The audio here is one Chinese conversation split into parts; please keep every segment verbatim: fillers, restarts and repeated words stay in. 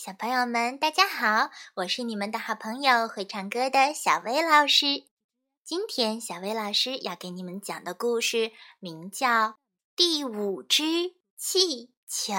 小朋友们，大家好，我是你们的好朋友会唱歌的小薇老师。今天小薇老师要给你们讲的故事名叫《第五只气球》。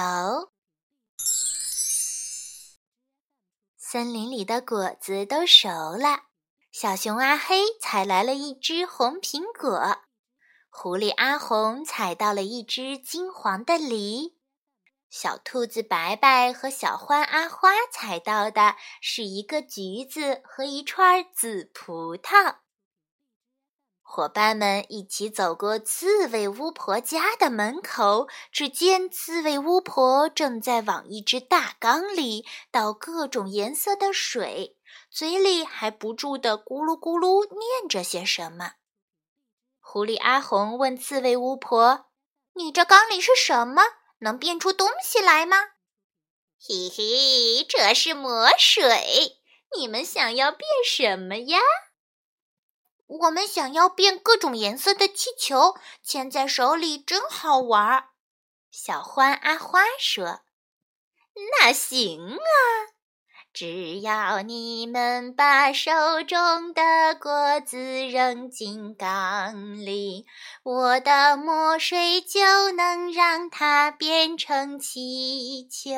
森林里的果子都熟了，小熊阿黑采来了一只红苹果，狐狸阿红采到了一只金黄的梨，小兔子白白和小獾阿花采到的是一个橘子和一串紫葡萄。伙伴们一起走过刺猬巫婆家的门口，只见刺猬巫婆正在往一只大缸里倒各种颜色的水，嘴里还不住地咕噜咕噜念着些什么。狐狸阿红问刺猬巫婆：“你这缸里是什么？能变出东西来吗？”“嘿嘿，这是魔水，你们想要变什么呀？”“我们想要变各种颜色的气球，牵在手里真好玩。”小獾阿花说。“那行啊，只要你们把手中的果子扔进缸里，我的魔水就能让它变成气球。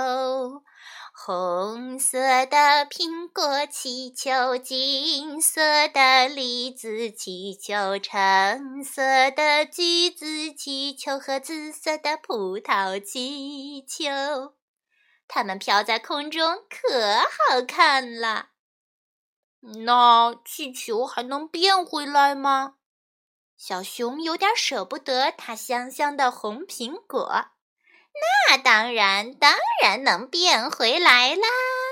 红色的苹果气球，金色的栗子气球，橙色的橘子气球和紫色的葡萄气球，它们飘在空中可好看了。”“那气球还能变回来吗？”小熊有点舍不得它香香的红苹果。“那当然，当然能变回来啦。”“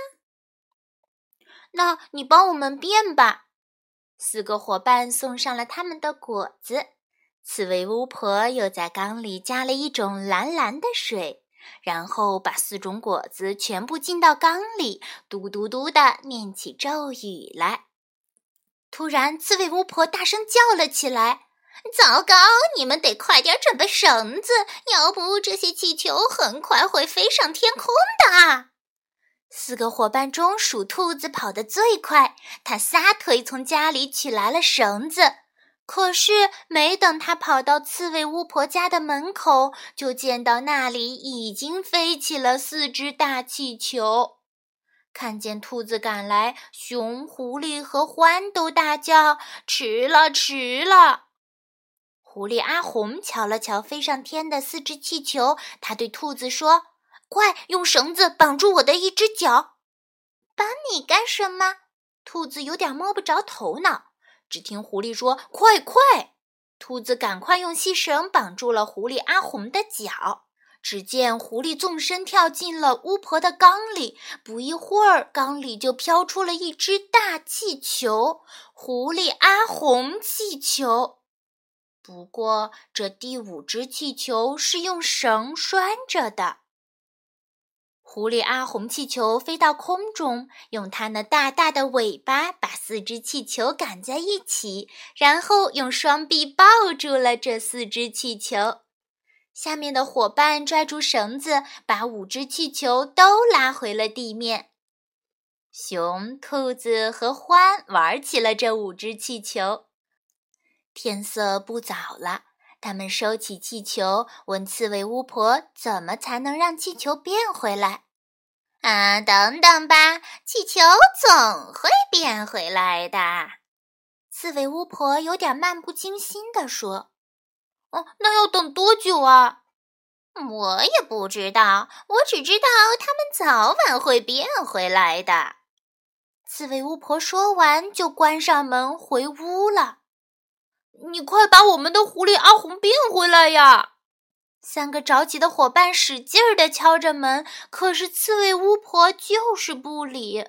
那你帮我们变吧。”四个伙伴送上了他们的果子。刺猬巫婆又在缸里加了一种蓝蓝的水，然后把四种果子全部进到缸里，嘟嘟嘟地念起咒语来。突然，刺猬巫婆大声叫了起来：“糟糕，你们得快点准备绳子，要不这些气球很快会飞上天空的。”四个伙伴中，属兔子跑得最快，他撒腿从家里取来了绳子。可是没等他跑到刺猬巫婆家的门口，就见到那里已经飞起了四只大气球。看见兔子赶来，熊、狐狸和獾都大叫：“迟了，迟了！”狐狸阿红瞧了瞧飞上天的四只气球，他对兔子说：“快用绳子绑住我的一只脚。”“绑你干什么？”兔子有点摸不着头脑。只听狐狸说：“快快！”兔子赶快用细绳绑住了狐狸阿红的脚。只见狐狸纵身跳进了巫婆的缸里，不一会儿，缸里就飘出了一只大气球——狐狸阿红气球。不过，这第五只气球是用绳拴着的。狐狸阿红气球飞到空中，用它那大大的尾巴把四只气球赶在一起，然后用双臂抱住了这四只气球。下面的伙伴拽住绳子，把五只气球都拉回了地面。熊、兔子和獾玩起了这五只气球。天色不早了，他们收起气球，问刺猬巫婆怎么才能让气球变回来。“啊，等等吧，气球总会变回来的。”刺猬巫婆有点漫不经心地说。“哦，那要等多久啊？”“我也不知道，我只知道它们早晚会变回来的。”刺猬巫婆说完就关上门回屋了。“你快把我们的狐狸阿红变回来呀！”三个着急的伙伴使劲儿地敲着门，可是刺猬巫婆就是不理。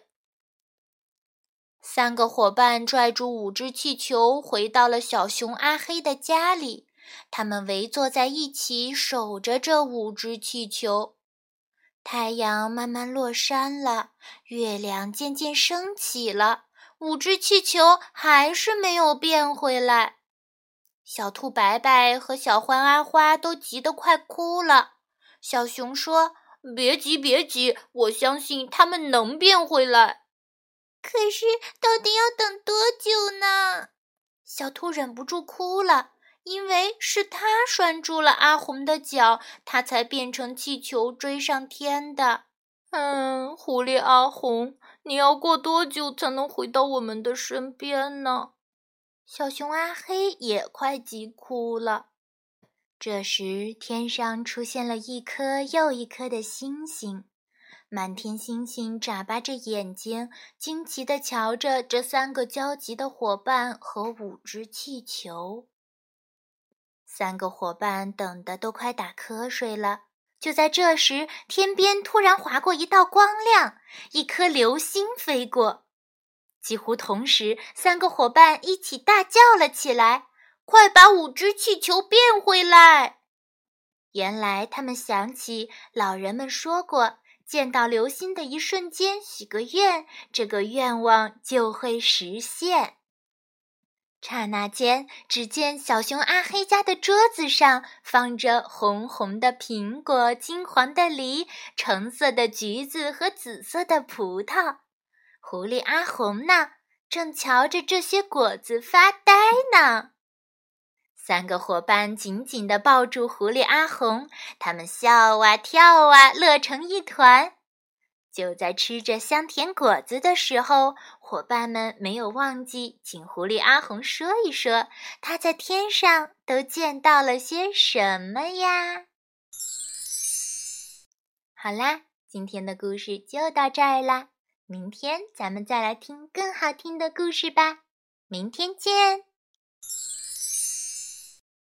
三个伙伴拽住五只气球，回到了小熊阿黑的家里。他们围坐在一起，守着这五只气球。太阳慢慢落山了，月亮渐渐升起了，五只气球还是没有变回来。小兔白白和小獾阿花都急得快哭了。小熊说：“ 别急别急，我相信他们能变回来。可是到底要等多久呢？小兔忍不住哭了，因为是他拴住了阿红的脚，他才变成气球追上天的。嗯，狐狸阿红，你要过多久才能回到我们的身边呢？小熊阿黑也快急哭了。这时，天上出现了一颗又一颗的星星，满天星星眨巴着眼睛，惊奇地瞧着这三个焦急的伙伴和五只气球。三个伙伴等得都快打瞌睡了。就在这时，天边突然划过一道光亮，一颗流星飞过。几乎同时，三个伙伴一起大叫了起来：快把五只气球变回来！原来他们想起老人们说过，见到流星的一瞬间许个愿，这个愿望就会实现。刹那间，只见小熊阿黑家的桌子上放着红红的苹果、金黄的梨、橙色的橘子和紫色的葡萄。狐狸阿红呢，正瞧着这些果子发呆呢。三个伙伴紧紧地抱住狐狸阿红，他们笑啊跳啊，乐成一团。就在吃着香甜果子的时候，伙伴们没有忘记请狐狸阿红说一说，他在天上都见到了些什么呀？好啦，今天的故事就到这儿啦，明天咱们再来听更好听的故事吧，明天见。